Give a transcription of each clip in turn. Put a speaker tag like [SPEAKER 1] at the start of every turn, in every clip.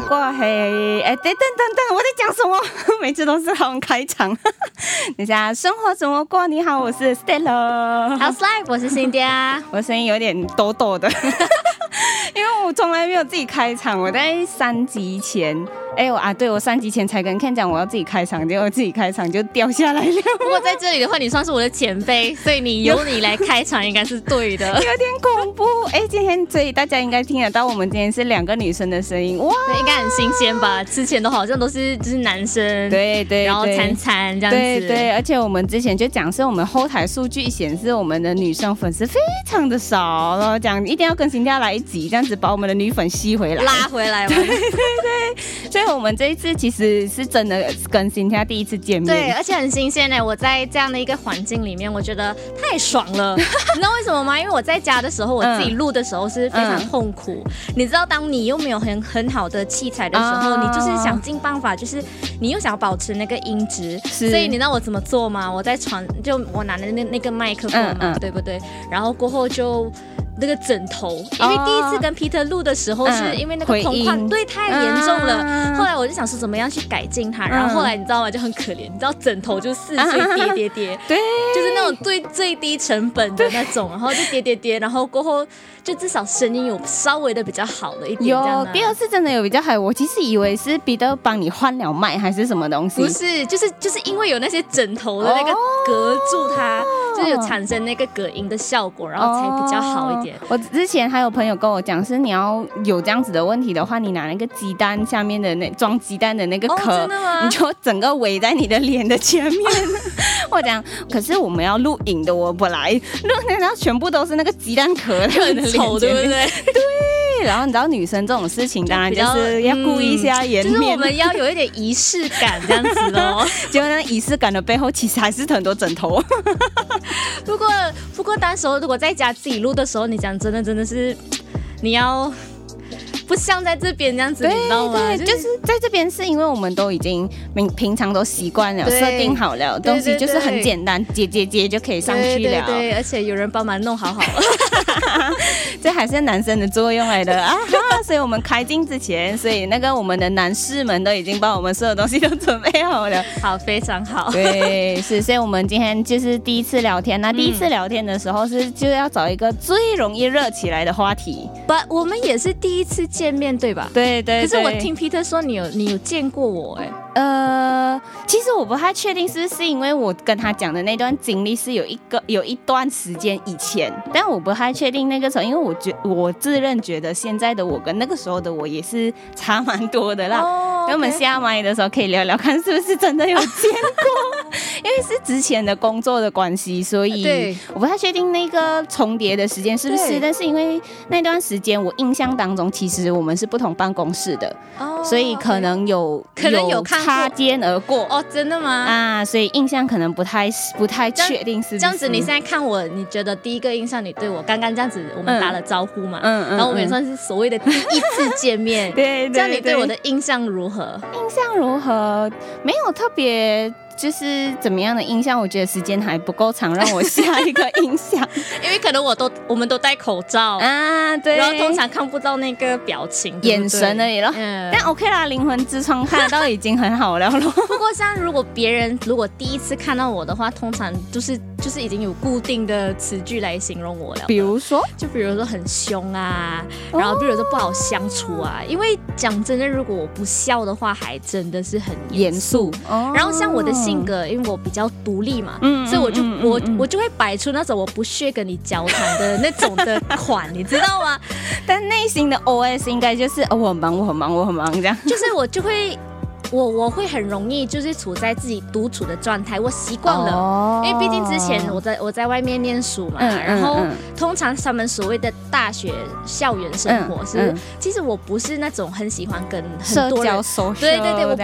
[SPEAKER 1] 过嘿，哎，等，我在讲什么？每次都是他们开场。等一下，生活怎么过？你好，我是
[SPEAKER 2] Stella。How's life？ 我是 Cynthia。
[SPEAKER 1] 我声音有点抖抖的，因为我从来没有自己开场。我在3集前，对，我3集前才跟 Ken 讲我要自己开场，结果自己开场就掉下来了。
[SPEAKER 2] 不过在这里的话，你算是我的前辈，所以由你来开场应该是对的。
[SPEAKER 1] 有点恐怖。今天所以大家应该听得到，我们今天是2个女生的声音，哇，
[SPEAKER 2] 应该很新鲜吧？之前都好像都是就是男生，
[SPEAKER 1] 对，
[SPEAKER 2] 然后参这样子，
[SPEAKER 1] 对，而且我们之前就讲是我们后台数据显示我们的女生粉丝非常的少，然后讲一定要跟新家来一集，这样子把我们的女粉吸回来，
[SPEAKER 2] 拉回来嘛。
[SPEAKER 1] 对，所以我们这一次其实是真的跟新家第一次见面，
[SPEAKER 2] 对，而且很新鲜呢。我在这样的一个环境里面，我觉得太爽了。你知道为什么吗？因为我在家的时候，我自己录的时候是非常痛苦。你知道，当你又没有很好的器材的时候，你就是想尽办法，就是你又想要保持那个音质，所以你知道我怎么做吗？我在就我拿的那个麦克风嘛，对不对？然后过后就那个枕头，因为第一次跟 Peter 录的时候，是因为那个空旷对太严重了。后来我就想说怎么样去改进它，然后后来你知道吗？就很可怜，你知道枕头就4岁叠，
[SPEAKER 1] 对，
[SPEAKER 2] 就是那种最低成本的那种，然后就叠，然后过后就至少声音有稍微的比较好的一点。
[SPEAKER 1] 有第2次真的有比较好，我其实以为是彼得帮你换了麦还是什么东西，
[SPEAKER 2] 不是，就是因为有那些枕头的那个隔住它，就是有产生那个隔音的效果，然后才比较好一点。
[SPEAKER 1] 我之前还有朋友跟我讲，是你要有这样子的问题的话，你拿那个鸡蛋下面的装鸡蛋的那个壳，
[SPEAKER 2] 真的吗？
[SPEAKER 1] 你就整个围在你的脸的前面。我讲，可是我们要录影的，我本来录那然后全部都是那个鸡蛋壳，
[SPEAKER 2] 很丑，对不对？
[SPEAKER 1] 对。然后你知道女生这种事情，当然就是要顾一下颜面，
[SPEAKER 2] 就是我们要有一点仪式感这样子咯。
[SPEAKER 1] 结果那仪式感的背后，其实还是很多枕头。
[SPEAKER 2] 不过当时候如果在家自己录的时候，你讲真的是你要不像在这边这样子，你知道吗？
[SPEAKER 1] 对，就是在这边是因为我们都已经平常都习惯了，设定好了东西，就是很简单，接就可以上去了。
[SPEAKER 2] 对，而且有人帮忙弄好。
[SPEAKER 1] 这还是男生的作用来的啊！所以我们开镜之前，所以那个我们的男士们都已经把我们所有东西都准备好了。
[SPEAKER 2] 好，非常好。
[SPEAKER 1] 对，是，所以我们今天就是第一次聊天。那第一次聊天的时候就要找一个最容易热起来的话题。
[SPEAKER 2] 我们也是第一次见面，对吧？
[SPEAKER 1] 对。
[SPEAKER 2] 可是我听 Peter 说你有见过我
[SPEAKER 1] 其实我不太确定是不是因为我跟他讲的那段经历是有一段时间以前，但我不太确定那个时候，因为我自认觉得现在的我跟那个时候的我也是差蛮多的啦。所以我们下麦的时候可以聊聊看是不是真的有见过，因为是之前的工作的关系，所以我不太确定那个重叠的时间是不是，但是因为那段时间我印象当中其实我们是不同办公室的，所以可能有擦肩而过。
[SPEAKER 2] 真的吗？
[SPEAKER 1] 所以印象可能不太确定是不是
[SPEAKER 2] 这样子。你现在看我，你觉得第一个印象，你对我刚刚这样子我们打了招呼嘛，然后我们也算是所谓的第一次见面。
[SPEAKER 1] 对，
[SPEAKER 2] 这样你对我的印象如何？
[SPEAKER 1] 印象如何？没有特别就是怎么样的印象，我觉得时间还不够长让我下一个印象。
[SPEAKER 2] 因为可能我们都戴口罩
[SPEAKER 1] 对，
[SPEAKER 2] 然后通常看不到那个表情
[SPEAKER 1] 眼神而已咯。但 OK 啦，灵魂之窗看得到已经很好了咯。
[SPEAKER 2] 不过像如果别人第一次看到我的话，通常就是已经有固定的词句来形容我了。
[SPEAKER 1] 比如说
[SPEAKER 2] 很凶啊，然后比如说不好相处啊。因为讲真的，如果我不笑的话，还真的是很严肃。然后像我的性格，因为我比较独立嘛，所以我就会摆出那种我不屑跟你交谈的那种的款，你知道吗？
[SPEAKER 1] 但内心的 OS 应该就是我很忙这样。
[SPEAKER 2] 就是我会很容易就是处在自己独处的状态，我习惯了，因为毕竟之前我在外面念书嘛，然后通常他们所谓的大学校园生活其实我不是那种很喜欢跟很多人
[SPEAKER 1] 社交
[SPEAKER 2] 对，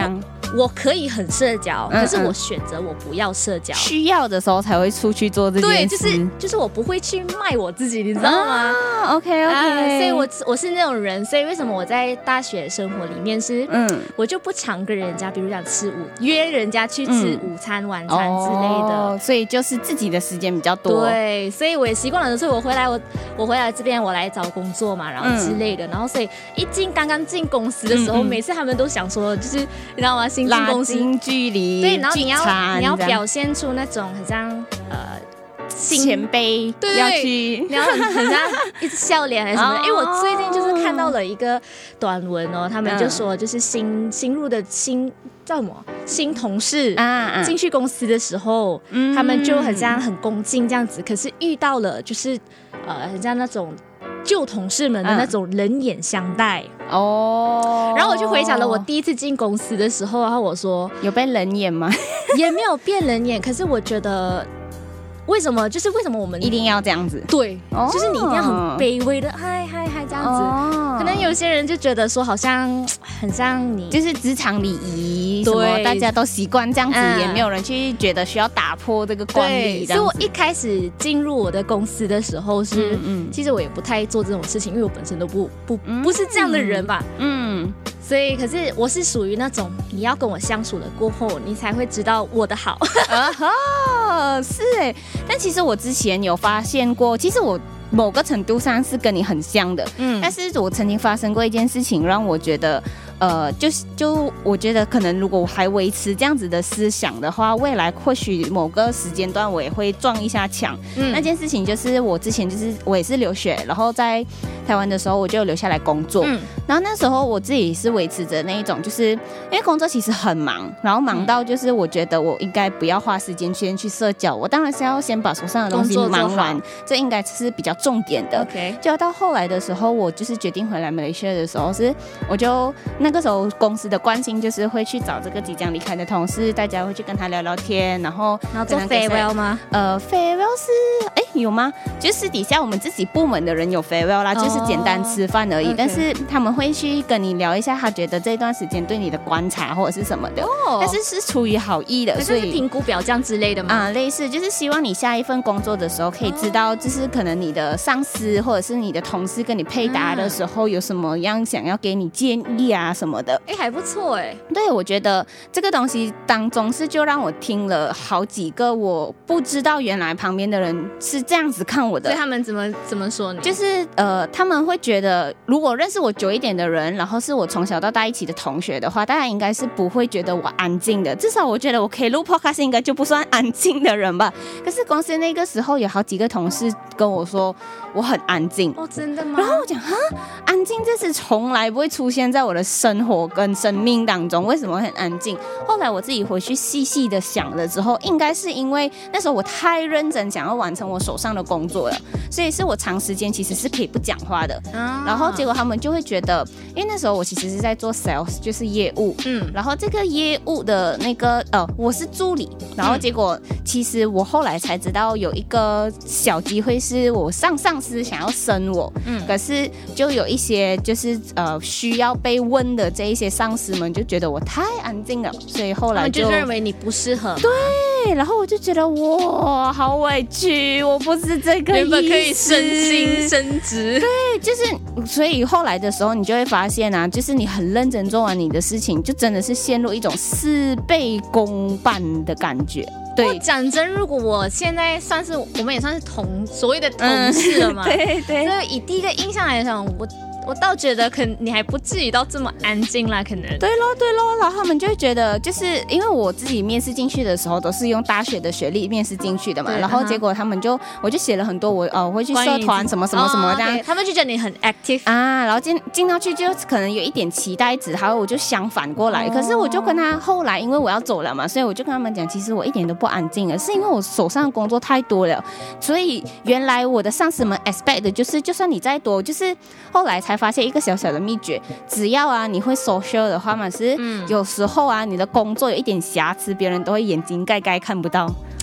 [SPEAKER 2] 我可以很社交，可是我选择我不要社交，
[SPEAKER 1] 需要的时候才会出去做这件事。
[SPEAKER 2] 对，就是我不会去卖我自己，你知道吗
[SPEAKER 1] ？OK，
[SPEAKER 2] 所以我是那种人，所以为什么我在大学生活里面是，我就不常跟人家，比如讲约人家去吃午餐、晚餐之类的，
[SPEAKER 1] 所以就是自己的时间比较多。
[SPEAKER 2] 对，所以我也习惯了，所以我回来这边，我来找工作嘛，然后之类的，然后所以刚刚进公司的时候，每次他们都想说，就是你知道吗？新进公司
[SPEAKER 1] 拉近距离，
[SPEAKER 2] 对，然后你要表现出那种很像
[SPEAKER 1] 前辈要去，
[SPEAKER 2] 然后很像一直笑脸还是什么的。因为我最近就是看到了一个短文哦，他们就说就是新入的叫什么新同事进去公司的时候，他们就很像很恭敬这样子，可是遇到了就是很像那种旧同事们的那种冷眼相待哦。然后我就回想了我第一次进公司的时候，然后我说
[SPEAKER 1] 有被冷眼吗？
[SPEAKER 2] 也没有变冷眼，可是我觉得。为什么我们
[SPEAKER 1] 一定要这样子？
[SPEAKER 2] 对，就是你一定要很卑微的嗨这样子。可能有些人就觉得说，好像很像你，
[SPEAKER 1] 就是职场礼仪，什么大家都习惯这样子，也没有人去觉得需要打破这个惯例。
[SPEAKER 2] 所以我一开始进入我的公司的时候是，其实我也不太做这种事情，因为我本身都不是这样的人吧。所以，可是我是属于那种你要跟我相处了过后，你才会知道我的好。
[SPEAKER 1] 是哎，但其实我之前有发现过，其实我某个程度上是跟你很像的，但是我曾经发生过一件事情，让我觉得，就我觉得可能如果我还维持这样子的思想的话，未来或许某个时间段我也会撞一下墙。那件事情就是我之前就是我也是留学，然后在台湾的时候我就留下来工作，然后那时候我自己是维持着那一种，就是因为工作其实很忙，然后忙到就是我觉得我应该不要花时间先去社交，我当然是要先把手上的东西忙完，这应该是比较重点的。就到后来的时候，我就是决定回来马来西亚的时候，我就那个时候公司的惯性就是会去找这个即将离开的同事，大家会去跟他聊聊天，然后
[SPEAKER 2] 做 farewell 吗
[SPEAKER 1] ？farewell 是有吗？就私底下我们自己部门的人有 farewell 啦，就是简单吃饭而已。但是他们会去跟你聊一下，他觉得这段时间对你的观察或者是什么的，但是出于好意的，
[SPEAKER 2] 所以评估表这样之类的吗？
[SPEAKER 1] 类似就是希望你下一份工作的时候可以知道，就是可能你的上司或者是你的同事跟你配搭的时候有什么样想要给你建议啊什么的。
[SPEAKER 2] 还不错
[SPEAKER 1] 对，我觉得这个东西当中是就让我听了好几个我不知道原来旁边的人是这样子看我的。
[SPEAKER 2] 所以他们怎么说呢？
[SPEAKER 1] 就是他们会觉得如果认识我久一点的人，然后是我从小到大一起的同学的话，大家应该是不会觉得我安静的，至少我觉得我可以录 podcast 应该就不算安静的人吧。可是公司那个时候有好几个同事跟我说我很安静。
[SPEAKER 2] 真的吗？
[SPEAKER 1] 然后我讲安静这是从来不会出现在我的生活跟生命当中，为什么会很安静？后来我自己回去细细的想了之后，应该是因为那时候我太认真想要完成我手上的工作了，所以是我长时间其实是可以不讲话的。然后结果他们就会觉得，因为那时候我其实是在做 sales， 就是业务，然后这个业务的那个我是助理，然后结果其实我后来才知道有一个小机会是我上司想要升我，可是就有一些就是需要被问的这一些上司们就觉得我太安静了，所以后来
[SPEAKER 2] 就认为你不适合。
[SPEAKER 1] 对，然后我就觉得哇，好委屈，我不是这个意思，
[SPEAKER 2] 原本可以升薪升职。
[SPEAKER 1] 对，就是所以后来的时候，你就会发现啊，就是你很认真做完你的事情，就真的是陷入一种事倍功半的感觉。对，
[SPEAKER 2] 讲真，如果我现在我们也算是所谓的同事了嘛，
[SPEAKER 1] 对，
[SPEAKER 2] 所以以第一个印象来讲，我倒觉得你还不至于到这么安静啦，可能。
[SPEAKER 1] 对咯，然后他们就会觉得，就是因为我自己面试进去的时候都是用大学的学历面试进去的嘛，然后结果我就写了很多我会去社团什么什么什么这样，
[SPEAKER 2] 他们就觉得你很 active
[SPEAKER 1] 啊，然后进到去就可能有一点期待值，然后我就相反过来，可是我就跟他后来因为我要走了嘛，所以我就跟他们讲，其实我一点都不安静了，是因为我手上的工作太多了，所以原来我的上司们 expect 的就是就算你再多，就是后来才发现一个小小的秘诀，只要啊你会 social 的话嘛，是有时候啊你的工作有一点瑕疵，别人都会眼睛盖盖看不到。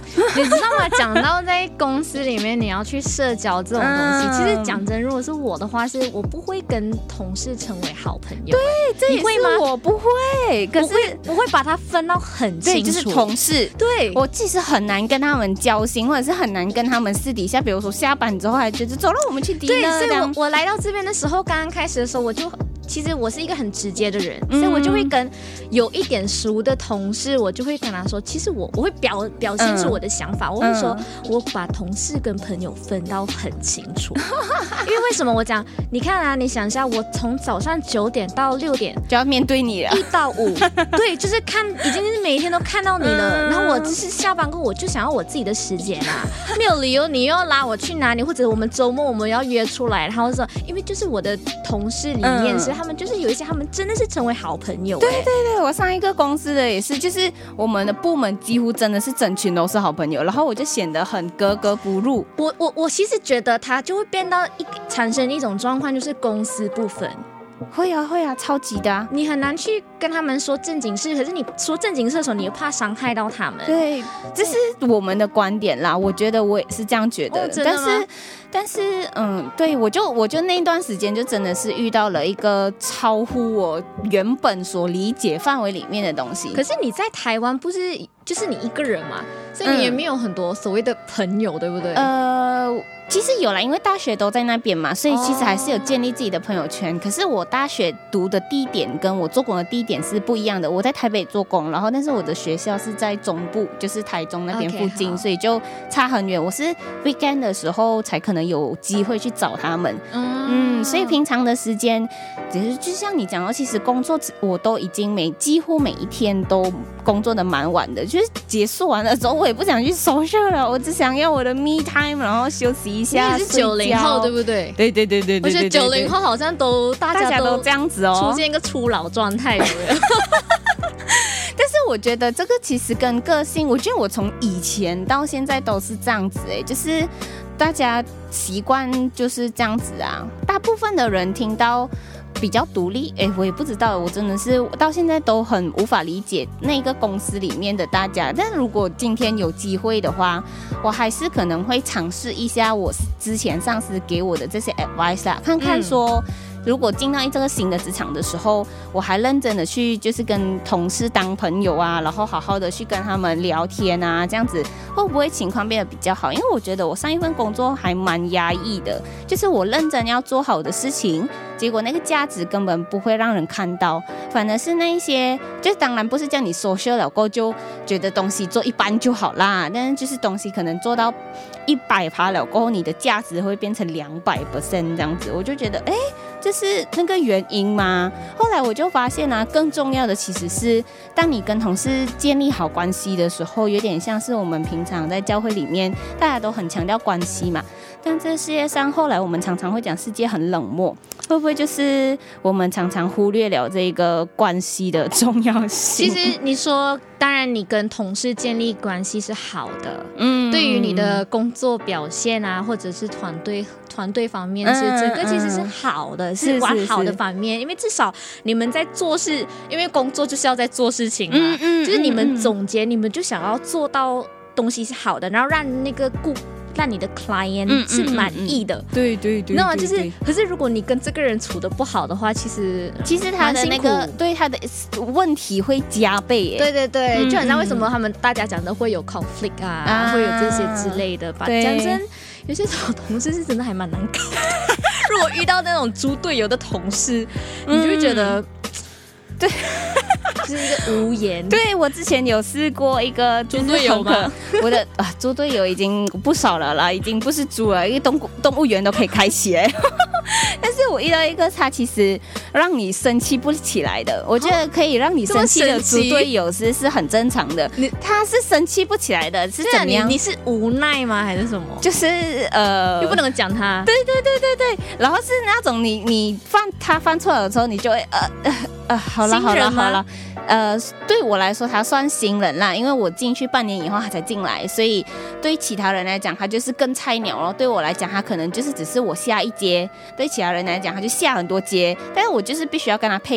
[SPEAKER 2] 你知道吗？讲到在公司里面你要去社交这种东西，其实讲真，如果是我的话，是我不会跟同事成为好朋友。
[SPEAKER 1] 对，这也是我不会，可是
[SPEAKER 2] 我会把它分到很清楚。
[SPEAKER 1] 对，就是同事。
[SPEAKER 2] 对，
[SPEAKER 1] 我其实很难跟他们交心，或者是很难跟他们私底下，比如说下班之后还觉得走了，我们去 dinner。
[SPEAKER 2] 对，所以我来到这边的时候，刚刚开始的时候，其实我是一个很直接的人，所以我就会跟有一点熟的同事，我就会跟他说，其实我会表现出我的想法，我会说我把同事跟朋友分到很清楚。因为为什么我讲？你看啊，你想一下，我从早上9点到6点
[SPEAKER 1] 就要面对你了，1
[SPEAKER 2] 到5，对，就是已经是每一天都看到你了。然后我就是下班过后，我就想要我自己的时间啊，没有理由你又要拉我去哪里，或者我们周末我们要约出来，然后说，因为就是我的同事里面是他们就是有一些他们真的是成为好朋友。
[SPEAKER 1] 对对对，我上一个公司的也是，就是我们的部门几乎真的是整群都是好朋友，然后我就显得很格格不入。
[SPEAKER 2] 我其实觉得他就会变到产生一种状况，就是公私不分。
[SPEAKER 1] 会啊，超级的啊！
[SPEAKER 2] 你很难去跟他们说正经事，可是你说正经事的时候，你又怕伤害到他们。
[SPEAKER 1] 对，这是我们的观点啦。我觉得我也是这样觉得，
[SPEAKER 2] 真的吗？
[SPEAKER 1] 但是，对，我就那段时间就真的是遇到了一个超乎我原本所理解范围里面的东西。
[SPEAKER 2] 可是你在台湾不是就是你一个人嘛，所以你也没有很多所谓的朋友，对不对？
[SPEAKER 1] 其实有啦，因为大学都在那边嘛，所以其实还是有建立自己的朋友圈。可是我大学读的地点跟我做工的地点是不一样的。我在台北做工，然后但是我的学校是在中部，就是台中那边附近，所以就差很远。我是 weekend 的时候才可能有机会去找他们。所以平常的时间，就像你讲到，其实工作我都已经几乎每一天都工作的蛮晚的，就是结束完了之后，我也不想去 social 了，我只想要我的 me time， 然后休息一下。
[SPEAKER 2] 你是90后对不对？
[SPEAKER 1] 对。
[SPEAKER 2] 我觉得90后好像大家都
[SPEAKER 1] 这样子哦，
[SPEAKER 2] 出现一个初老状态，有没有？
[SPEAKER 1] 但是我觉得这个其实跟个性，我觉得我从以前到现在都是这样子就是大家习惯就是这样子啊。大部分的人听到比较独立，我也不知道，我真的是到现在都很无法理解那个公司里面的大家。但如果今天有机会的话，我还是可能会尝试一下我之前上司给我的这些 advice 啦，看看说如果进到这个新的职场的时候，我还认真的去就是跟同事当朋友啊，然后好好的去跟他们聊天啊，这样子会不会情况变得比较好？因为我觉得我上一份工作还蛮压抑的，就是我认真要做好的事情，结果那个价值根本不会让人看到，反而是那一些，就当然不是叫你 social 了过后就觉得东西做一般就好啦，但是就是东西可能做到100%了过后，你的价值会变成200% 这样子，我就觉得这是那个原因吗？后来我就发现啊，更重要的其实是当你跟同事建立好关系的时候，有点像是我们平常在教会里面大家都很强调关系嘛，但这世界上后来我们常常会讲世界很冷漠，会不会就是我们常常忽略了这个关系的重要性？
[SPEAKER 2] 其实你说，当然你跟同事建立关系是好的，对于你的工作表现啊，或者是团队方面是整个其实是好的，是往好的方面，因为至少你们在做事，因为工作就是要在做事情嘛，就是你们总结，你们就想要做到东西是好的，然后让你的 client 是满意的，
[SPEAKER 1] 对，
[SPEAKER 2] 那么就是，可是如果你跟这个人处得不好的话，其实
[SPEAKER 1] 他的那个对他的问题会加倍
[SPEAKER 2] 对，就好像为什么大家讲的会有 conflict 啊，会有这些之类的吧。讲真，有些同事是真的还蛮难搞的。如果遇到那种猪队友的同事，你就会觉得，对。就是一个无言。
[SPEAKER 1] 对，我之前有试过一个
[SPEAKER 2] 猪队友吗？
[SPEAKER 1] 我的猪队友已经不少了啦，已经不是猪了，因为动物园都可以开起来。但是我遇到一个他其实让你生气不起来的，我觉得可以让你生气的猪队友是很正常的。他是生气不起来的，是怎么样？
[SPEAKER 2] 你是无奈吗？还是什么？
[SPEAKER 1] 就是
[SPEAKER 2] 又不能讲他。
[SPEAKER 1] 对，然后是那种他犯错了之后，你就会好了。对我来说他算新人啦，因为我进去半年以后他才进来，所以对其他人来讲他就是更菜鸟了。对我来讲他可能就是只是我下一阶，对其他人来讲他就下很多阶，但是我就是必须要跟他配打。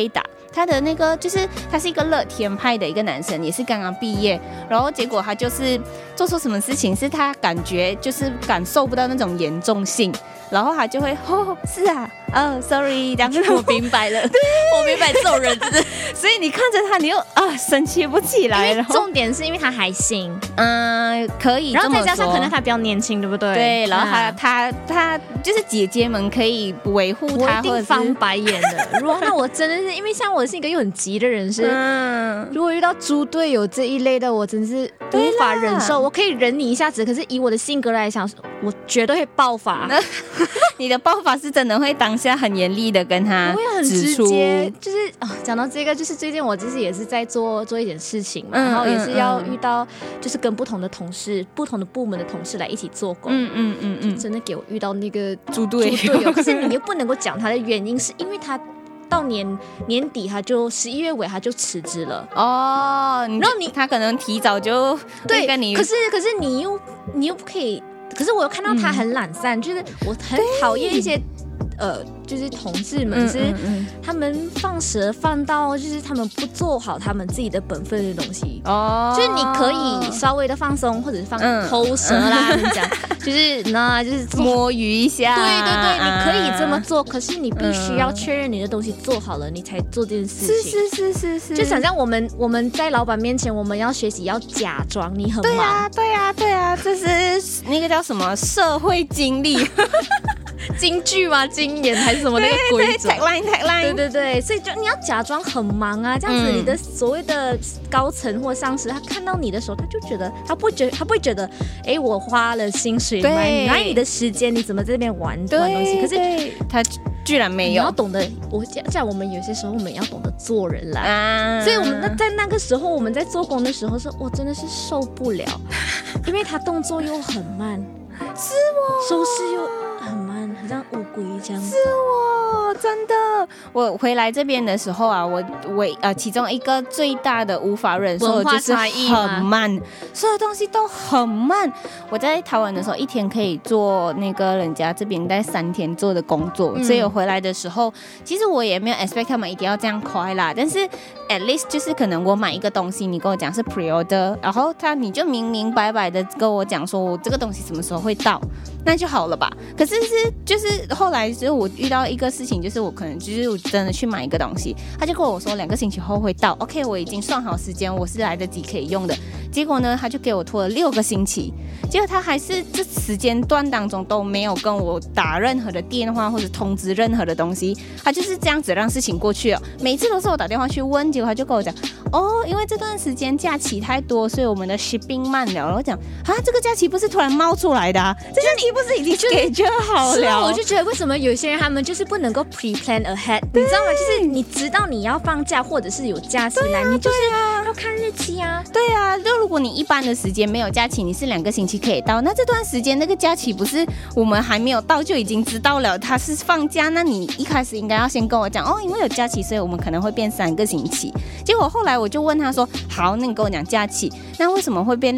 [SPEAKER 1] 他的那个就是他是一个乐天派的一个男生，也是刚刚毕业，然后结果他就是做错什么事情，是他感觉就是感受不到那种严重性，然后他就会是啊，sorry， 这样子。
[SPEAKER 2] 我明白了，我明白这种人真的，
[SPEAKER 1] 所以你看着他，你又生气不起来。然后
[SPEAKER 2] 重点是因为他还新，
[SPEAKER 1] 可以这么说，
[SPEAKER 2] 然后再加上可能他比较年轻，对不对？
[SPEAKER 1] 对，然后他就是姐姐们可以维护他，
[SPEAKER 2] 我一定翻白眼的。如果那我真的是，因为像我是一个又很急的人，是如果遇到猪队友这一类的，我真是无法忍受。我可以忍你一下子，可是以我的性格来讲，我绝对会爆发。
[SPEAKER 1] 你的爆发是真的会当下很严厉的跟他指出，
[SPEAKER 2] 我也很直接，就是讲到这个，就是最近我其实也是在做一点事情嘛，然后也是要遇到，就是跟不同的同事、不同的部门的同事来一起做工，就真的给我遇到那个
[SPEAKER 1] 猪队友。
[SPEAKER 2] 可是你又不能够讲他的原因，是因为他到年底他就11月尾他就辞职了
[SPEAKER 1] 然后他可能提早就
[SPEAKER 2] 对
[SPEAKER 1] 跟你，
[SPEAKER 2] 可是你又不可以。可是我有看到他很懒散，就是我很讨厌一些就是同事们，就是他们放蛇放到，就是他们不做好他们自己的本分的东西。就是你可以稍微的放松，或者是偷蛇啦，你讲就是就是
[SPEAKER 1] 摸鱼一下。
[SPEAKER 2] 对，你可以这么做，可是你必须要确认你的东西做好了，你才做这件事情。是。就想象我们在老板面前，我们要学习要假装你很忙。
[SPEAKER 1] 对啊，这是那个叫什么社会经历。
[SPEAKER 2] 京剧吗？金言还是什么那个规则
[SPEAKER 1] ？tagline，
[SPEAKER 2] 对，所以就你要假装很忙啊，这样子你的所谓的高层或上司，他看到你的时候，他就觉得他不会觉得，我花了薪水买你的时间，你怎么在这边玩东西？可是
[SPEAKER 1] 他居然没有。
[SPEAKER 2] 你要懂得，像我们有些时候，我们也要懂得做人啦。所以我们在那个时候，我们在做工的时候，我真的是受不了，因为他动作又很慢，
[SPEAKER 1] 是我
[SPEAKER 2] 手势又很慢，很像乌龟这样。
[SPEAKER 1] 是我真的，我回来这边的时候啊，其中一个最大的无法忍受的就是很慢，所有东西都很慢。我在台湾的时候，一天可以做那个人家这边在3天做的工作，所以我回来的时候，其实我也没有 expect 他们一定要这样快啦，但是 at least 就是可能我买一个东西，你跟我讲是 pre-order， 然后你就明明白白的跟我讲说我这个东西什么时候会到，那就好了吧。可是就是后来就是我遇到一个事情，就是我可能就是我真的去买一个东西，他就跟我说2个星期后会到 ，OK， 我已经算好时间，我是来得及可以用的。结果呢，他就给我拖了6个星期，结果他还是这时间段当中都没有跟我打任何的电话或者通知任何的东西，他就是这样子让事情过去了。每次都是我打电话去问，结果他就跟我讲，因为这段时间假期太多，所以我们的 shipping 慢了。然后讲这个假期不是突然冒出来的这假期不是已经schedule好了？
[SPEAKER 2] 是啊，我就觉得为什么有些人他们就是不能够 pre-plan ahead， 你知道吗？就是你知道你要放假或者是有假期来，你就是要看日期啊。
[SPEAKER 1] 对啊，就如果你一般的时间没有假期，你是2个星期可以到，那这段时间那个假期不是我们还没有到就已经知道了他是放假，那你一开始应该要先跟我讲因为有假期，所以我们可能会变3个星期。结果后来我就问他说，好，那你跟我讲假期，那为什么会变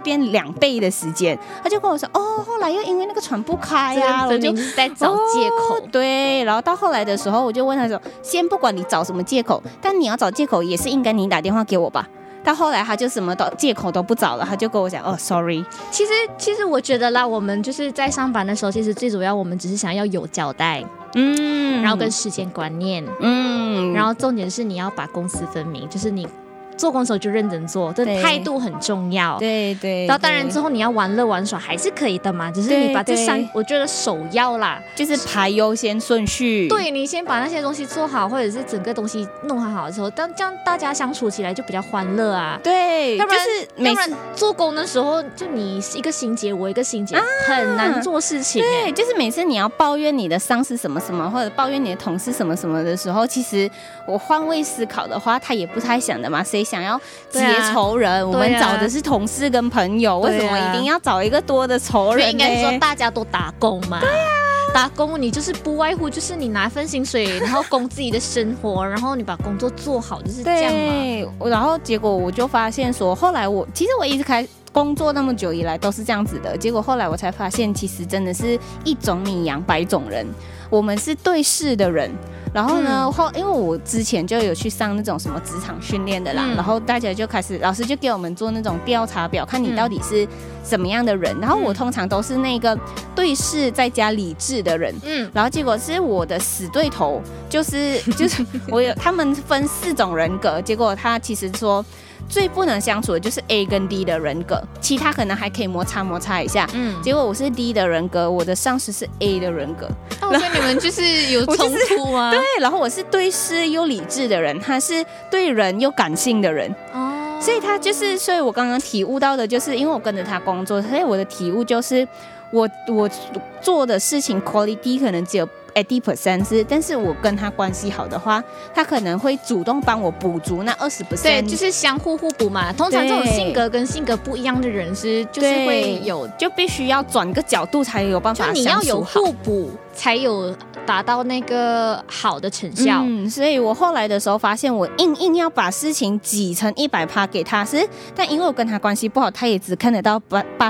[SPEAKER 1] 2倍的时间？他就跟我说，后来又因为那个船不开啊，
[SPEAKER 2] 分明就是在找借口。
[SPEAKER 1] 对，然后到后来的时候，我就问他说，先不管你找什么借口，但你要找借口也是应该你打电话给我吧。到后来他就什么借口都不找了，他就跟我讲sorry。
[SPEAKER 2] 其实我觉得啦，我们就是在上班的时候，其实最主要我们只是想要有交代，然后跟时间观念，然后重点是你要把公私分明，就是你做工的时候就认真做，这态度很重要。
[SPEAKER 1] 对。
[SPEAKER 2] 然后当然之后你要玩乐玩耍还是可以的嘛，只是你把这3，我觉得首要啦，
[SPEAKER 1] 就是排优先顺序。
[SPEAKER 2] 对，你先把那些东西做好，或者是整个东西弄好的时候，这样大家相处起来就比较欢乐啊。
[SPEAKER 1] 对，
[SPEAKER 2] 要不然
[SPEAKER 1] 每次
[SPEAKER 2] 做工的时候，就你一个心结我一个心结，很难做事情。
[SPEAKER 1] 对，就是每次你要抱怨你的上司什么什么，或者抱怨你的同事什么什么的时候，其实我换位思考的话，他也不太想的嘛，谁想要结仇人？我们找的是同事跟朋友，为什么一定要找一个多的仇人呢？
[SPEAKER 2] 应该说大家都打工嘛。对啊，打工你就是不外乎就是你拿份薪水，然后供自己的生活，然后你把工作做好，就是这样嘛。
[SPEAKER 1] 对，然后结果我就发现说，后来其实我一直工作那么久以来都是这样子的，结果后来我才发现，其实真的是一种米养百种人。我们是对事的人， 然后呢，因为我之前就有去上那种什么职场训练的啦，然后大家就开始，老师就给我们做那种调查表，看你到底是什么样的人。然后我通常都是那个对事再加理智的人，然后结果是我的死对头，就是他们分4种人格，结果他其实说最不能相处的就是 A 跟 D 的人格，其他可能还可以摩擦一下。结果我是 D 的人格，我的上司是 A 的人格。
[SPEAKER 2] 所以你们就是有冲突吗？
[SPEAKER 1] 对，然后我是对事又理智的人，他是对人又感性的人。所以他就是，所以我刚刚体悟到的就是，因为我跟着他工作，所以我的体悟就是，我做的事情 quality 可能只有80%，但是我跟他关系好的话，他可能会主动帮我补足那20%。
[SPEAKER 2] 对，就是相互互补嘛。通常这种性格跟性格不一样的人就是会有，
[SPEAKER 1] 就必须要转个角度才有办法相处好。
[SPEAKER 2] 就你要有互补，才有达到那个好的成效。
[SPEAKER 1] 所以我后来的时候发现，我硬要把事情挤成100%给他但因为我跟他关系不好，他也只看得到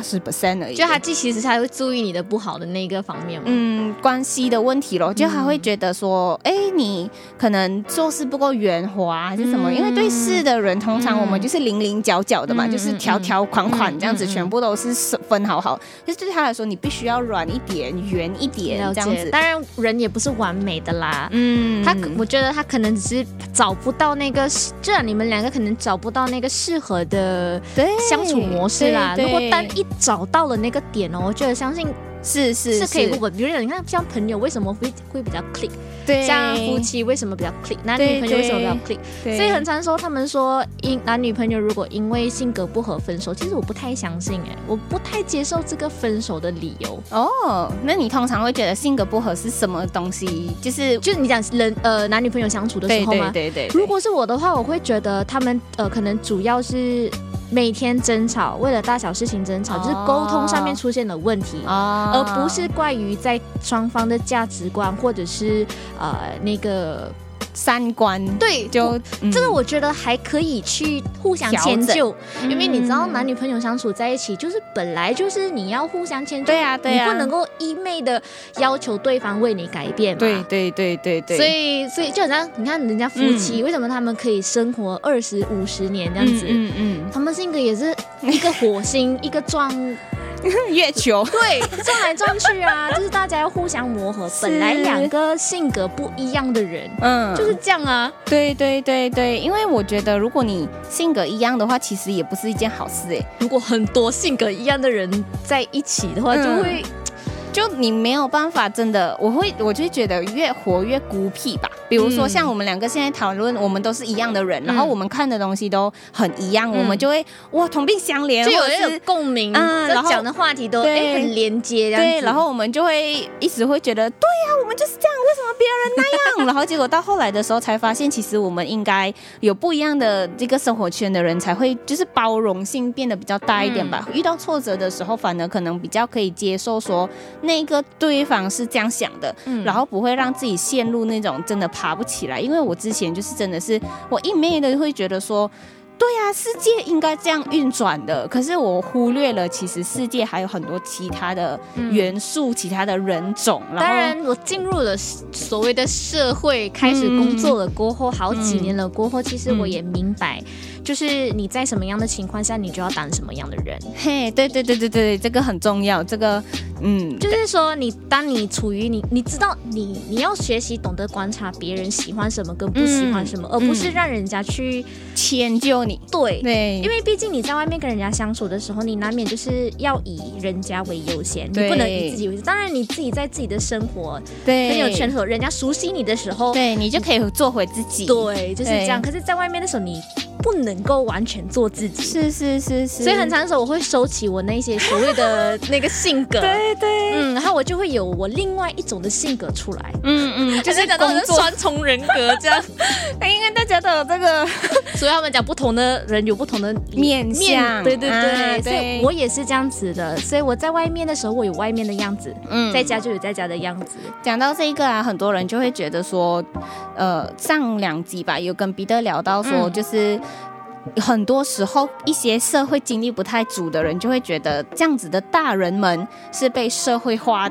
[SPEAKER 1] 80%而已。
[SPEAKER 2] 就他其实他会注意你的不好的那个方面嘛。
[SPEAKER 1] 关系的问题咯，就他会觉得说，你可能做事不够圆滑还是什么，因为对事的人通常我们就是零零角角的嘛，就是条条框框这样子，全部都是分好。就是对他来说，你必须要软一点、圆一点这样子。
[SPEAKER 2] 当然人也不是完美的啦，我觉得他可能只是找不到那个，这样你们2个可能找不到那个适合的相处模式啦。如果单一找到了那个点我觉得相信是可以互补。比如你看像朋友为什么会比较 click， 像夫妻为什么比较 click， 男女朋友为什么比较 click， 所以很常说他们说男女朋友如果因为性格不合分手，其实我不太相信我不太接受这个分手的理由。
[SPEAKER 1] 那你通常会觉得性格不合是什么东西？就是
[SPEAKER 2] 你讲男女朋友相处的时候吗？
[SPEAKER 1] 对。
[SPEAKER 2] 如果是我的话，我会觉得他们可能主要是每天争吵，为了大小事情争吵，就是沟通上面出现了问题，而不是怪于在双方的价值观或者是那个
[SPEAKER 1] 3观。
[SPEAKER 2] 对，这个我觉得还可以去互相迁就，因为你知道男女朋友相处在一起，就是本来就是你要互相迁就，对啊，你不能够一昧的要求对方为你改变嘛。
[SPEAKER 1] 对。
[SPEAKER 2] 所以就好像你看人家夫妻，为什么他们可以生活20、50年这样子？他们性格也是一个火星，一个撞
[SPEAKER 1] 月球，
[SPEAKER 2] 对，撞来撞去啊，就是大家要互相磨合。本来2个性格不一样的人，就是这样啊。
[SPEAKER 1] 对，因为我觉得如果你性格一样的话，其实也不是一件好事
[SPEAKER 2] 如果很多性格一样的人在一起的话，
[SPEAKER 1] 就你没有办法真的，我就觉得越活越孤僻吧。比如说像我们2个现在讨论，我们都是一样的人，然后我们看的东西都很一样，我们就会同病相怜，
[SPEAKER 2] 就有那种共鸣，然后讲的话题都很连接这样子。
[SPEAKER 1] 对，然后我们就会一直会觉得，对啊，我们就是这样，为什么别人那样？然后结果到后来的时候才发现，其实我们应该有不一样的这个生活圈的人，才会就是包容性变得比较大一点吧。遇到挫折的时候，反而可能比较可以接受说那个对方是这样想的，然后不会让自己陷入那种真的爬不起来。因为我之前就是真的是我一昧的会觉得说，对啊，世界应该这样运转的，可是我忽略了其实世界还有很多其他的元素，其他的人种。
[SPEAKER 2] 当然我进入了所谓的社会，开始工作了过后，好几年了过后，其实我也明白，就是你在什么样的情况下，你就要当什么样的人。
[SPEAKER 1] 对，这个很重要。这个
[SPEAKER 2] 就是说当你处于你知道你要学习懂得观察别人喜欢什么跟不喜欢什么，而不是让人家去
[SPEAKER 1] 迁就你。
[SPEAKER 2] 对，因为毕竟你在外面跟人家相处的时候，你难免就是要以人家为优先，你不能以自己为优先。当然你自己在自己的生活很有圈和人家熟悉你的时候，
[SPEAKER 1] 对，你就可以做回自己。
[SPEAKER 2] 对，就是这样。可是在外面的时候，你不能够完全做自己。
[SPEAKER 1] 是。
[SPEAKER 2] 所以很长的时候，我会收起我那些所谓的那个性格。
[SPEAKER 1] 对，
[SPEAKER 2] 然后我就会有我另外一种的性格出来。
[SPEAKER 1] 就是
[SPEAKER 2] 工作双重人格这样。
[SPEAKER 1] 应该大家都有这个，
[SPEAKER 2] 所以他们讲不同的人有不同的
[SPEAKER 1] 面相。对，
[SPEAKER 2] 所以我也是这样子的。所以我在外面的时候，我有外面的样子，在家就有在家的样子。
[SPEAKER 1] 讲到这个啊，很多人就会觉得说，上2集吧，有跟彼得聊到说，就是很多时候一些社会经历不太足的人，就会觉得这样子的大人们是被社会化的。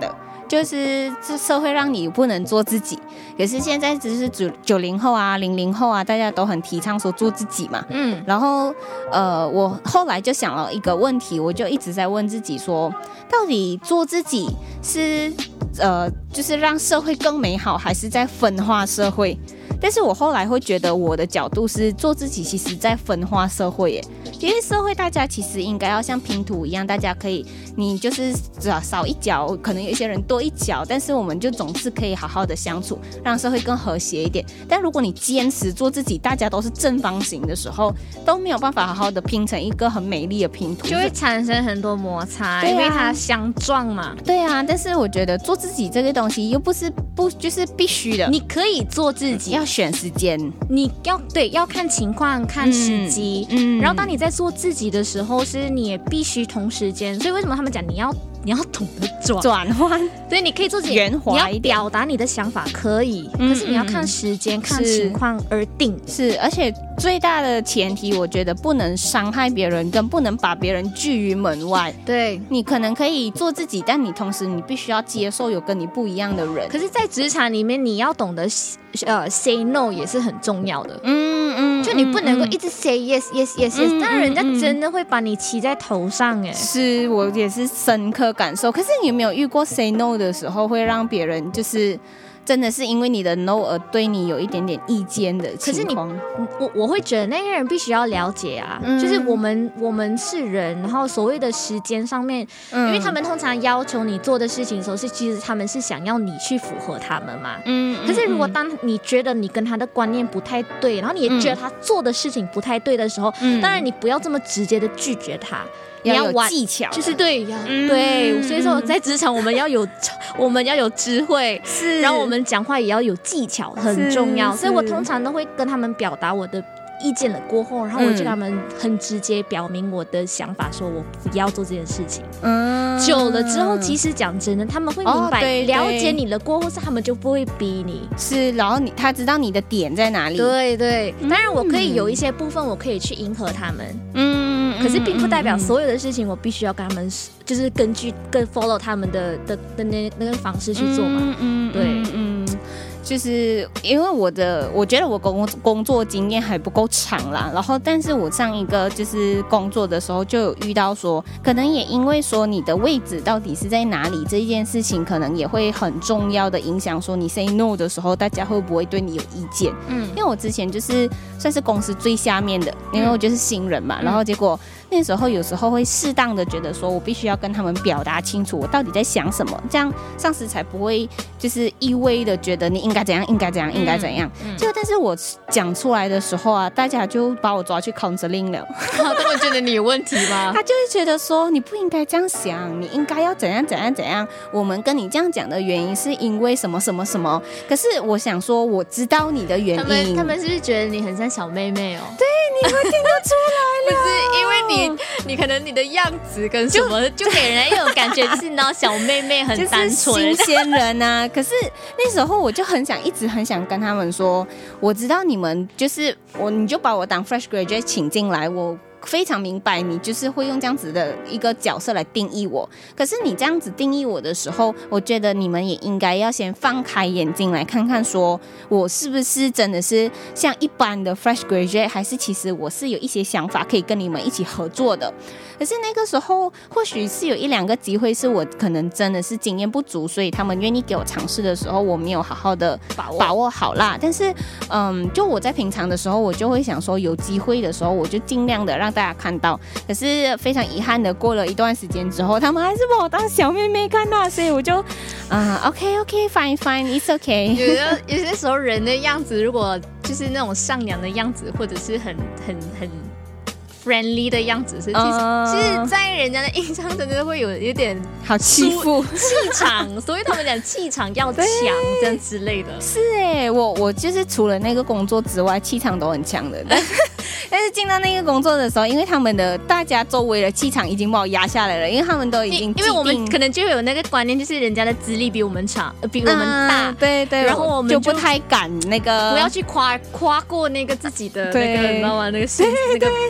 [SPEAKER 1] 就是这社会让你不能做自己。可是现在只是90后啊、00后啊，大家都很提倡说做自己嘛。然后我后来就想了一个问题，我就一直在问自己说，到底做自己是就是让社会更美好，还是在分化社会？但是我后来会觉得，我的角度是做自己，其实在分化社会耶。因为社会大家其实应该要像拼图一样，大家可以，你就是少一角，可能有一些人多一角，但是我们就总是可以好好的相处，让社会更和谐一点。但如果你坚持做自己，大家都是正方形的时候，都没有办法好好的拼成一个很美丽的拼图，
[SPEAKER 2] 就会产生很多摩擦，因为它相撞嘛。
[SPEAKER 1] 对啊，但是我觉得做自己这个东西又不就是必须的，
[SPEAKER 2] 你可以做自己，
[SPEAKER 1] 要选时间，
[SPEAKER 2] 你要看情况、看时机。然后当你在做自己的时候，是你也必须同时间。所以为什么他们讲你要懂得
[SPEAKER 1] 转换？
[SPEAKER 2] 所以你可以做自己，
[SPEAKER 1] 圆滑一点，
[SPEAKER 2] 你要表达你的想法可以，可是你要看时间、看情况而定。
[SPEAKER 1] 是，而且最大的前提，我觉得不能伤害别人，跟不能把别人拒于门外。
[SPEAKER 2] 对，
[SPEAKER 1] 你可能可以做自己，但你同时你必须要接受有跟你不一样的人。
[SPEAKER 2] 可是，在职场里面，你要懂得say no 也是很重要的。就你不能够一直 say yes yes yes yes， 但人家真的会把你骑在头上哎。
[SPEAKER 1] 是，我也是深刻感受。可是你有没有遇过 say no 的时候，会让别人就是真的是因为你的 no 而对你有一点点意见的情况？
[SPEAKER 2] 可是我会觉得那个人必须要了解啊，就是我们是人，然后所谓的时间上面，因为他们通常要求你做的事情的时候，其实他们是想要你去符合他们嘛。可是如果当你觉得你跟他的观念不太对，然后你也觉得他做的事情不太对的时候，当然你不要这么直接的拒绝他。
[SPEAKER 1] 你要有技巧，
[SPEAKER 2] 就是对，所以说在职场我们要有智慧，是，然后我们讲话也要有技巧，很重要。所以我通常都会跟他们表达我的意见了过后，然后我就跟他们很直接表明我的想法，说我不要做这件事情。久了之后，其实讲真的，他们会明白，了解你了过后，是他们就不会逼你。
[SPEAKER 1] 是，然后他知道你的点在哪里。
[SPEAKER 2] 对，当然我可以有一些部分，我可以去迎合他们。可是并不代表所有的事情我必须要跟他们，就是根据follow 他们的那个方式去做嘛。对。
[SPEAKER 1] 就是因为我觉得我工作经验还不够长啦，然后但是我上一个就是工作的时候就有遇到说，可能也因为说你的位置到底是在哪里这一件事情，可能也会很重要的影响说你 say no 的时候，大家会不会对你有意见。因为我之前就是算是公司最下面的，因为我就是新人嘛，然后结果那时候有时候会适当的觉得说我必须要跟他们表达清楚我到底在想什么，这样上司才不会就是一味的觉得你应该怎样应该怎样应该怎样。就但是我讲出来的时候啊，大家就把我抓去 counseling 了。
[SPEAKER 2] 他们觉得你有问题吗？
[SPEAKER 1] 他就会觉得说你不应该这样想，你应该要怎样怎样怎样。我们跟你这样讲的原因是因为什么什么什么。可是我想说我知道你的原因。
[SPEAKER 2] 他们是不是觉得你很像小妹妹哦？
[SPEAKER 1] 对，你会听得出来了。
[SPEAKER 2] 不是因为你可能你的样子跟什么就给人一种感觉就是那小妹妹很单纯，
[SPEAKER 1] 就是新鲜人啊。可是那时候我就一直很想跟他们说，我知道你们就是你就把我当 fresh graduate 请进来，我非常明白你就是会用这样子的一个角色来定义我。可是你这样子定义我的时候，我觉得你们也应该要先放开眼睛来看看，说我是不是真的是像一般的 fresh graduate， 还是其实我是有一些想法可以跟你们一起合作的。可是那个时候或许是有1-2个机会是我可能真的是经验不足，所以他们愿意给我尝试的时候，我没有好好的把握好啦。但是就我在平常的时候，我就会想说有机会的时候我就尽量的让大家看到。可是非常遗憾的，过了一段时间之后，他们还是把我当小妹妹看到，所以我就OK fine it's okay。
[SPEAKER 2] 有些时候人的样子如果就是那种上扬的样子，或者是很friendly 的样子，其实在人家的印象真的会有点
[SPEAKER 1] 好欺负
[SPEAKER 2] 气场，所以他们讲气场要强这样之类的。
[SPEAKER 1] 是我就是除了那个工作之外，气场都很强的。但是进到那个工作的时候，因为他们的大家周围的气场已经把我压下来了，因为他们都已经
[SPEAKER 2] 因为我们可能就有那个观念，就是人家的资历比我们长，比我们大，
[SPEAKER 1] 对，
[SPEAKER 2] 然后我们
[SPEAKER 1] 就不太敢那个，
[SPEAKER 2] 不要去夸过那个自己的那个，你知道吗？那个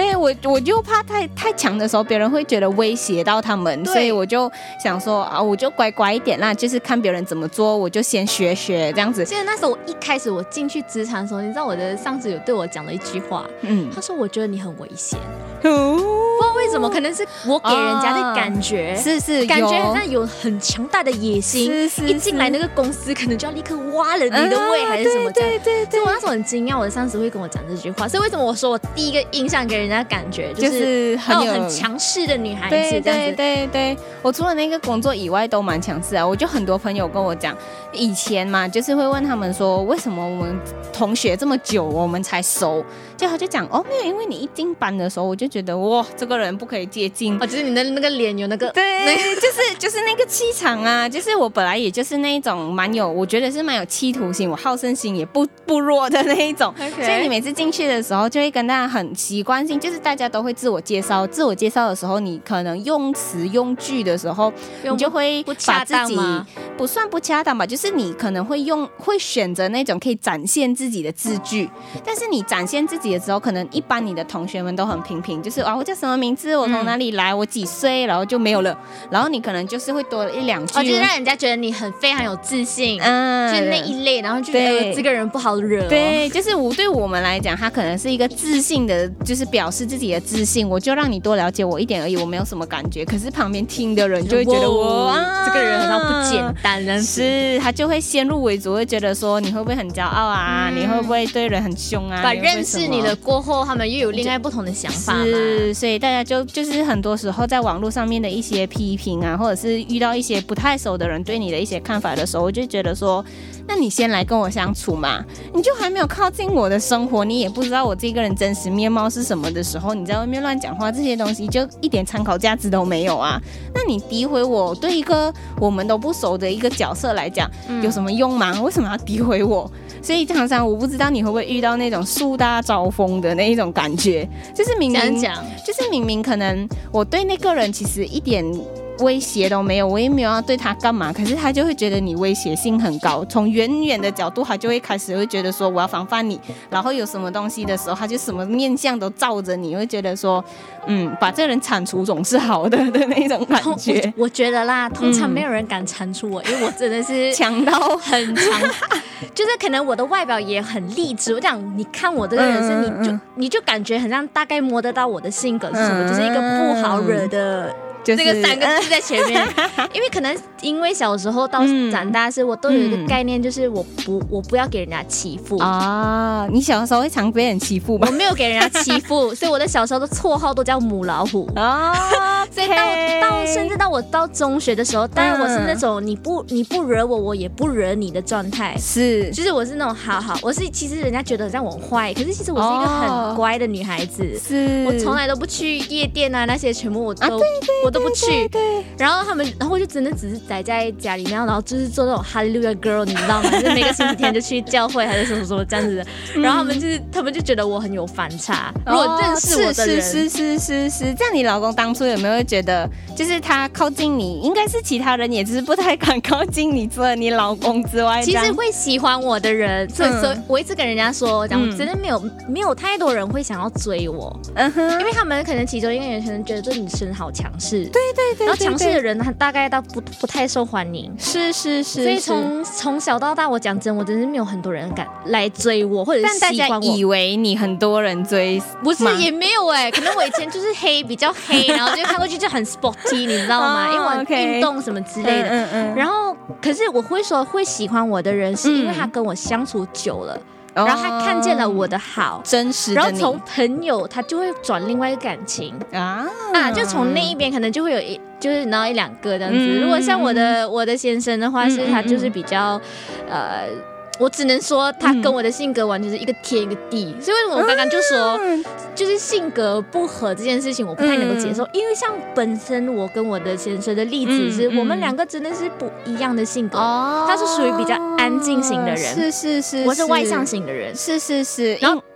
[SPEAKER 1] 对，我就怕太强的时候，别人会觉得威胁到他们，所以我就想说啊，我就乖乖一点啦，就是看别人怎么做，我就先学这样子。
[SPEAKER 2] 记得那时候我一开始我进去职场的时候，你知道我的上司有对我讲了一句话，他说我觉得你很危险。不知道为什么，可能是我给人家的感觉，
[SPEAKER 1] 是
[SPEAKER 2] 感觉好像有很强大的野心，一进来那个公司可能就要立刻挖了你的胃，还是什么这样。对，所以我那时候很惊讶，我的上司会跟我讲这句话。所以为什么我说我第一个印象给人家感觉就是很强势的女孩子这样子。
[SPEAKER 1] 对，我除了那个工作以外都蛮强势啊。我就很多朋友跟我讲，以前嘛，就是会问他们说，为什么我们同学这么久我们才熟？就他就讲没有，因为你一进班的时候，我就觉得哇，这个人不可以接近。
[SPEAKER 2] 就是你的那个脸有那个
[SPEAKER 1] 对，就是那个气场啊，就是我本来也就是那一种我觉得是蛮有企图心，我好胜心也不弱的那一种。所以你每次进去的时候，就会跟大家很习惯性，就是大家都会自我介绍的时候，你可能用词用句的时候，你就会把自己不算不恰当吧，就是你可能会选择那种可以展现自己的字句，但是你展现自己的时候，可能一般你的同学们都很平，就是我叫什么名字，我从哪里来，我几岁，然后就没有了。然后你可能就是会多了一两句，
[SPEAKER 2] 就是让人家觉得你非常有自信，就是那一类，然后就觉得这个人不好惹。
[SPEAKER 1] 对，就是对我们来讲，他可能是一个自信的，就是表示自己的自信，我就让你多了解我一点而已，我没有什么感觉。可是旁边听的人就会觉得
[SPEAKER 2] 这个人好像不简单，
[SPEAKER 1] 是他就会先入为主，会觉得说你会不会很骄傲啊？你会不会对人很凶啊？
[SPEAKER 2] 把认识你了过后，他们又有另外不同的想法嘛。
[SPEAKER 1] 是，所以大家就是很多时候在网络上面的一些批评啊，或者是遇到一些不太熟的人对你的一些看法的时候，我就觉得说，那你先来跟我相处嘛，你就还没有靠近我的生活，你也不知道我这个人真实面貌是什么的时候，你在外面乱讲话，这些东西就一点参考价值都没有啊。那你诋毁我，对一个我们都不熟的一个角色来讲，有什么用吗？为什么要诋毁我？所以常常我不知道你会不会遇到那种树大招风的那一种感觉，就是明明可能我对那个人其实一点威胁都没有，我也没有要对他干嘛，可是他就会觉得你威胁性很高，从远远的角度他就会开始会觉得说我要防范你，然后有什么东西的时候他就什么面相都罩着你，会觉得说把这个人铲除总是好的那种感觉。
[SPEAKER 2] 我觉得啦，通常没有人敢铲除我，因为我真的是
[SPEAKER 1] 强到
[SPEAKER 2] 很强就是可能我的外表也很励志，我讲你看我这个人是你就感觉很像大概摸得到我的性格是什么，就是一个不好惹的这个3个字在前面因为可能因为小时候到长大是我都有一个概念，就是我不要给人家欺负
[SPEAKER 1] 啊。你小时候会常被人欺负吗？
[SPEAKER 2] 我没有给人家欺负所以我的小时候的绰号都叫母老虎啊。所以甚至到我到中学的时候，当然我是那种你不惹我，我也不惹你的状态，
[SPEAKER 1] 是
[SPEAKER 2] 就是我是那种好，我是其实人家觉得让我坏，可是其实我是一个很乖的女孩子，是我从来都不去夜店啊，那些全部我都不去，对，然后我就真的只是宅在家里面，然后就是做那种哈利路亚 girl， 你知道吗？就是每个星期天就去教会还是什么这样子的，然后他们就觉得我很有反差。如果认识我的人，
[SPEAKER 1] 是这样。你老公当初有没有觉得，就是他靠近你，应该是其他人也只是不太敢靠近你，除了你老公之外，
[SPEAKER 2] 其实会喜欢我的人，所以我一直跟人家说，讲我真的没有太多人会想要追我，因为他们可能其中一个人可能觉得这女生好强势。对，然后强势的人他大概都不太受欢迎，
[SPEAKER 1] 是，
[SPEAKER 2] 所以从小到大，我讲真，我真是没有很多人敢来追我，或者是喜欢我。
[SPEAKER 1] 但大家以为你很多人追，
[SPEAKER 2] 不是也没有可能我以前就是比较黑，然后就看过去就很 sporty， 你知道吗？因为我运动什么之类的，然后可是我会说会喜欢我的人，是因为他跟我相处久了。然后他看见了我的好，
[SPEAKER 1] 真实的你，
[SPEAKER 2] 然后从朋友他就会转另外一个感情就从那一边可能就会有就是然后1-2个这样子。如果像我的先生的话，是他就是比较我只能说他跟我的性格完全是一个天一个地，所以为什么我刚刚就说就是性格不合这件事情我不太能够接受，因为像本身我跟我的先生的例子是我们2个真的是不一样的性格，他是属于比较安静型的人，
[SPEAKER 1] 是，
[SPEAKER 2] 我是外向型的人，
[SPEAKER 1] 是，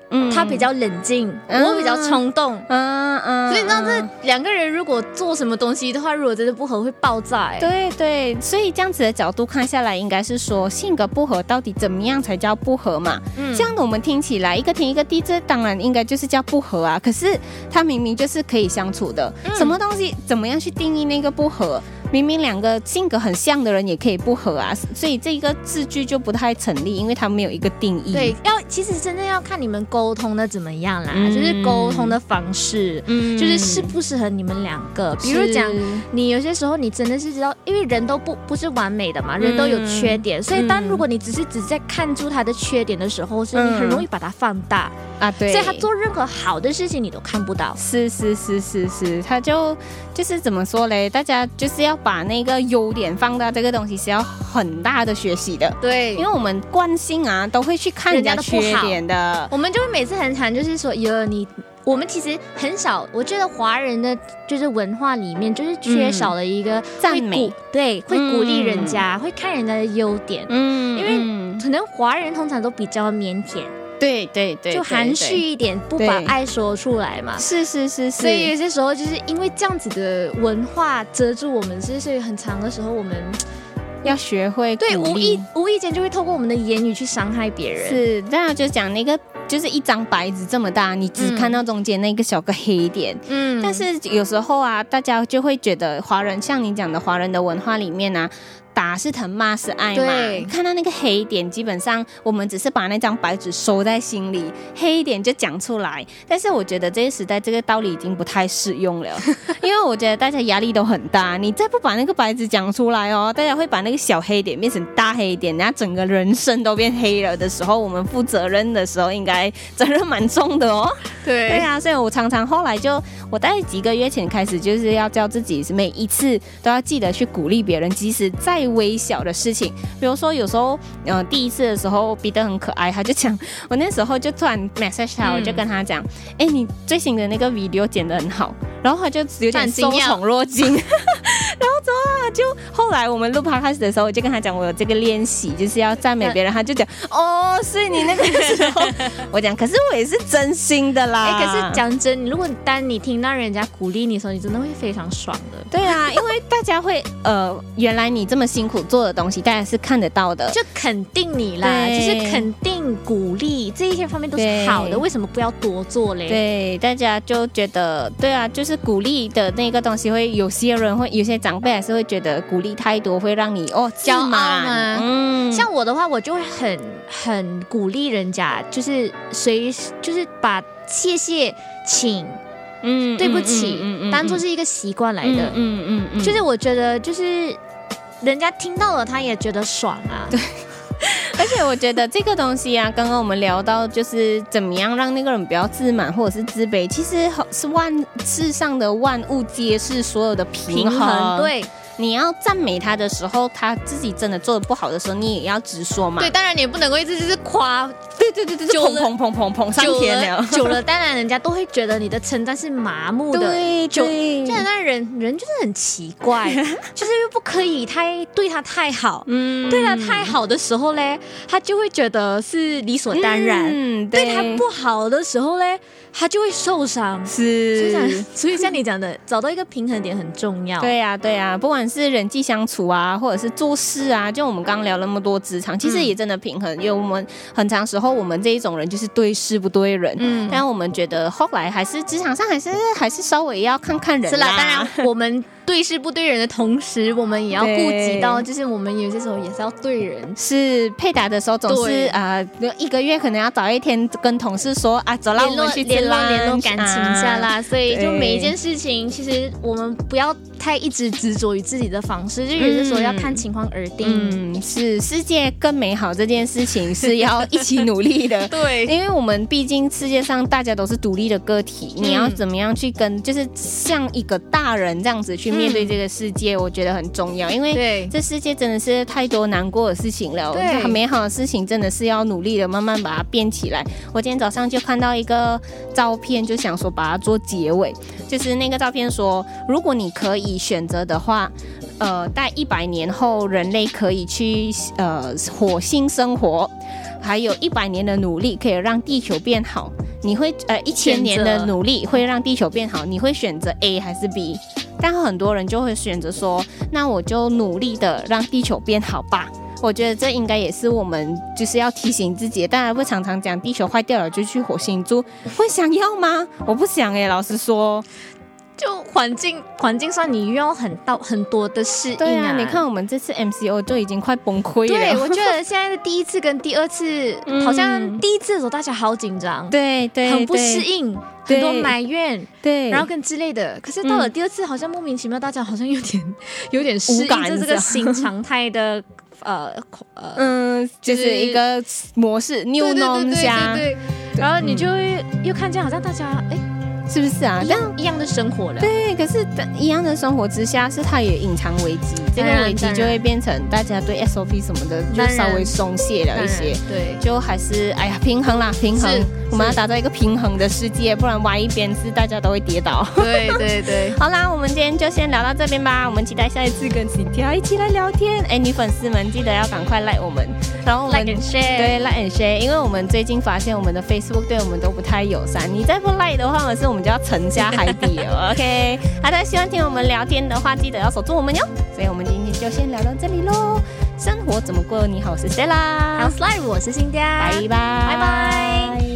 [SPEAKER 2] 他比较冷静，我比较冲动，所以你知道这两个人如果做什么东西的话，如果真的不合会爆炸。
[SPEAKER 1] 对对，所以这样子的角度看下来，应该是说性格不合到底怎么样才叫不合嘛？这样的我们听起来一个天一个地，这当然应该就是叫不合啊。可是他明明就是可以相处的，什么东西怎么样去定义那个不合？明明两个性格很像的人也可以不合啊，所以这个字句就不太成立，因为它没有一个定义。
[SPEAKER 2] 对，其实真正要看你们沟通的怎么样啦，就是沟通的方式，就是适不适合你们两个。比如讲，你有些时候你真的是知道，因为人都不是完美的嘛，人都有缺点，所以如果你只在看出他的缺点的时候，所以你很容易把它放大
[SPEAKER 1] 啊。对，
[SPEAKER 2] 所以他做任何好的事情你都看不到。
[SPEAKER 1] 是，他就是怎么说嘞？大家就是要把那个优点放大，这个东西是要很大的学习的。
[SPEAKER 2] 对，
[SPEAKER 1] 因为我们惯性啊，都会去看人家缺点的。
[SPEAKER 2] 我们就会每次很惨，就是说我们其实很少，我觉得华人的就是文化里面就是缺少了一个
[SPEAKER 1] 赞美，
[SPEAKER 2] 对，会鼓励人家，会看人家的优点。因为可能华人通常都比较腼腆。
[SPEAKER 1] 对，
[SPEAKER 2] 就含蓄一点，不把爱说出来嘛。
[SPEAKER 1] 是，
[SPEAKER 2] 所以有些时候就是因为这样子的文化遮住我们，所以很长的时候我们
[SPEAKER 1] 要学会鼓励，
[SPEAKER 2] 无意间就会透过我们的言语去伤害别人。
[SPEAKER 1] 是，当然就讲那个就是一张白纸这么大，你只看到中间那个小个黑点。但是有时候啊，大家就会觉得华人，像你讲的华人的文化里面啊，打是疼，骂是爱嘛。看到那个黑点，基本上我们只是把那张白纸收在心里，黑点就讲出来。但是我觉得这个时代这个道理已经不太适用了，因为我觉得大家压力都很大，你再不把那个白纸讲出来哦，大家会把那个小黑点变成大黑点，然后整个人生都变黑了的时候，我们负责任的时候应该责任蛮重的哦。对啊，所以我常常后来我大概几个月前开始就是要叫自己每一次都要记得去鼓励别人，即使再微小的事情。比如说有时候第一次的时候彼得很可爱，他就讲，我那时候就突然 message 他，我就跟他讲，你最新的那个 video 剪得很好，然后他就有点受宠若惊然后之后就后来我们录 podcast 的时候，我就跟他讲我有这个练习，就是要赞美别人，他就讲所以你那个时候我讲，可是我也是真心的啦。
[SPEAKER 2] 可是讲真，如果当你听到人家鼓励你的时候，你真的会非常爽的。
[SPEAKER 1] 对啊，因为大家会原来你这么辛苦做的东西，大家是看得到的，
[SPEAKER 2] 就肯定你啦，就是肯定鼓励，这一些方面都是好的，为什么不要多做嘞？
[SPEAKER 1] 对，大家就觉得对啊，就是鼓励的那个东西会有些人会有些长辈还是会觉得鼓励太多会让你
[SPEAKER 2] 骄傲吗？像我的话，我就会很鼓励人家，就是就是把谢谢请对不起当作是一个习惯来的。就是我觉得就是人家听到了他也觉得爽啊。
[SPEAKER 1] 对。而且我觉得这个东西啊，刚刚我们聊到就是怎么样让那个人不要自满或者是自卑，其实是世上的万物皆是所有的平衡。
[SPEAKER 2] 对，
[SPEAKER 1] 你要赞美他的时候，他自己真的做的不好的时候，你也要直说嘛。
[SPEAKER 2] 对，当然你也不能够一直就是夸。对，
[SPEAKER 1] 捧上天了。
[SPEAKER 2] 久了，当然人家都会觉得你的称赞是麻木的。对，现在那人就是很奇怪，就是又不可以对他太好。对他太好的时候嘞，他就会觉得是理所当然。对他不好的时候嘞，他就会受伤。所以像你讲的，找到一个平衡点很重要。
[SPEAKER 1] 对啊，不管是人际相处啊，或者是做事啊，就我们刚刚聊那么多职场，其实也真的平衡。因为我们很长时候我们这一种人就是对事不对人。但我们觉得后来还是职场上还是稍微要看看人啦。
[SPEAKER 2] 是啦，当然我们对事不对人的同时，我们也要顾及到，就是我们有些时候也是要对人。
[SPEAKER 1] 是配搭的时候总是一个月可能要早一天跟同事说走啦，我们去
[SPEAKER 2] 联络感情一下啦。所以就每一件事情，其实我们不要太一直执着于自己的方式，就有些时候要看情况而定。
[SPEAKER 1] 是世界更美好这件事情是要一起努力的。
[SPEAKER 2] 对，
[SPEAKER 1] 因为我们毕竟世界上大家都是独立的个体，你要怎么样去就是像一个大人这样子去面对这个世界，我觉得很重要。因为这世界真的是太多难过的事情了，很美好的事情真的是要努力的慢慢把它变起来。我今天早上就看到一个照片，就想说把它做结尾，就是那个照片说，如果你可以选择的话，在100年后人类可以去火星生活， 还有100年的努力可以让地球变好，你会1000年的努力会让地球变好，你会选择 A 还是 B？ 但很多人就会选择说，那我就努力的让地球变好吧。我觉得这应该也是我们就是要提醒自己，当然会常常讲地球坏掉了就去火星住，会想要吗？我不想耶，老实说。
[SPEAKER 2] 就环境上你要很多的适应啊。
[SPEAKER 1] 对啊，你看我们这次 MCO 就已经快崩溃了。
[SPEAKER 2] 对，我觉得现在的第一次跟第二次，好像第一次的时候大家好紧张，
[SPEAKER 1] 对，
[SPEAKER 2] 很不适应，很多埋怨，
[SPEAKER 1] 对，
[SPEAKER 2] 然后跟之类的。可是到了第二次，好像莫名其妙，大家好像有点适应着这个新常态的。
[SPEAKER 1] 就是一个模式 new norm 下，
[SPEAKER 2] 对，然后你就会又看见好像大家
[SPEAKER 1] 是不是啊？
[SPEAKER 2] 一样的生活了。
[SPEAKER 1] 对，可是一样的生活之下，是它也隐藏危机，这个危机就会变成大家对 SOP 什么的就稍微松懈了一些。
[SPEAKER 2] 对，
[SPEAKER 1] 就还是平衡啦，平衡，我们要打造一个平衡的世界，不然歪一边是大家都会跌倒。
[SPEAKER 2] 对。
[SPEAKER 1] 好啦，我们今天就先聊到这边吧，我们期待下一次跟心跳一起来聊天。女粉丝们记得要赶快 like 我们，然后我们
[SPEAKER 2] like and share，
[SPEAKER 1] 对 like and share， 因为我们最近发现我们的 Facebook 对我们都不太友善，你再不 like 的话，我们就要沉下海底了。OK， 好的，喜欢听我们聊天的话，记得要守住我们哟。所以我们今天就先聊到这里咯。生活怎么过？你好，我是 Stella，
[SPEAKER 2] House Life， 我是新家，
[SPEAKER 1] 拜拜。